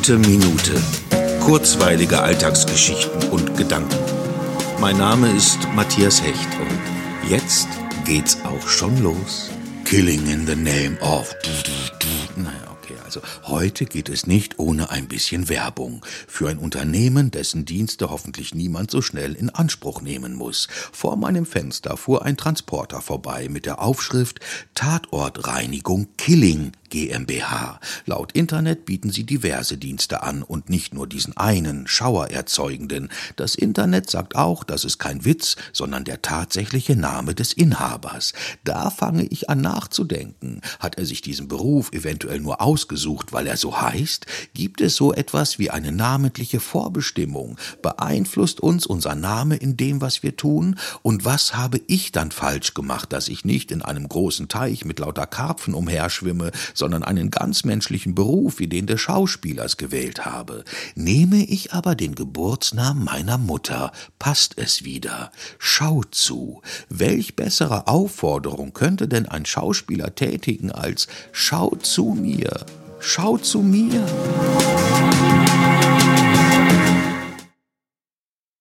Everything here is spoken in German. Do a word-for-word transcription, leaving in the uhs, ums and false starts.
Gute Minute. Kurzweilige Alltagsgeschichten und Gedanken. Mein Name ist Matthias Hecht und jetzt geht's auch schon los. Killing in the name of... Naja, okay, also heute geht es nicht ohne ein bisschen Werbung. Für ein Unternehmen, dessen Dienste hoffentlich niemand so schnell in Anspruch nehmen muss. Vor meinem Fenster fuhr ein Transporter vorbei mit der Aufschrift Tatortreinigung Killing GmbH. Laut Internet bieten sie diverse Dienste an und nicht nur diesen einen, schauererzeugenden. Das Internet sagt auch, das ist kein Witz, sondern der tatsächliche Name des Inhabers. Da fange ich an nachzudenken. Hat er sich diesen Beruf eventuell nur ausgesucht, weil er so heißt? Gibt es so etwas wie eine namentliche Vorbestimmung? Beeinflusst uns unser Name in dem, was wir tun? Und was habe ich dann falsch gemacht, dass ich nicht in einem großen Teich mit lauter Karpfen umherschwimme, sondern einen ganz menschlichen Beruf wie den des Schauspielers gewählt habe? Nehme ich aber den Geburtsnamen meiner Mutter, passt es wieder. Schau zu. Welch bessere Aufforderung könnte denn ein Schauspieler tätigen als Schau zu mir, schau zu mir.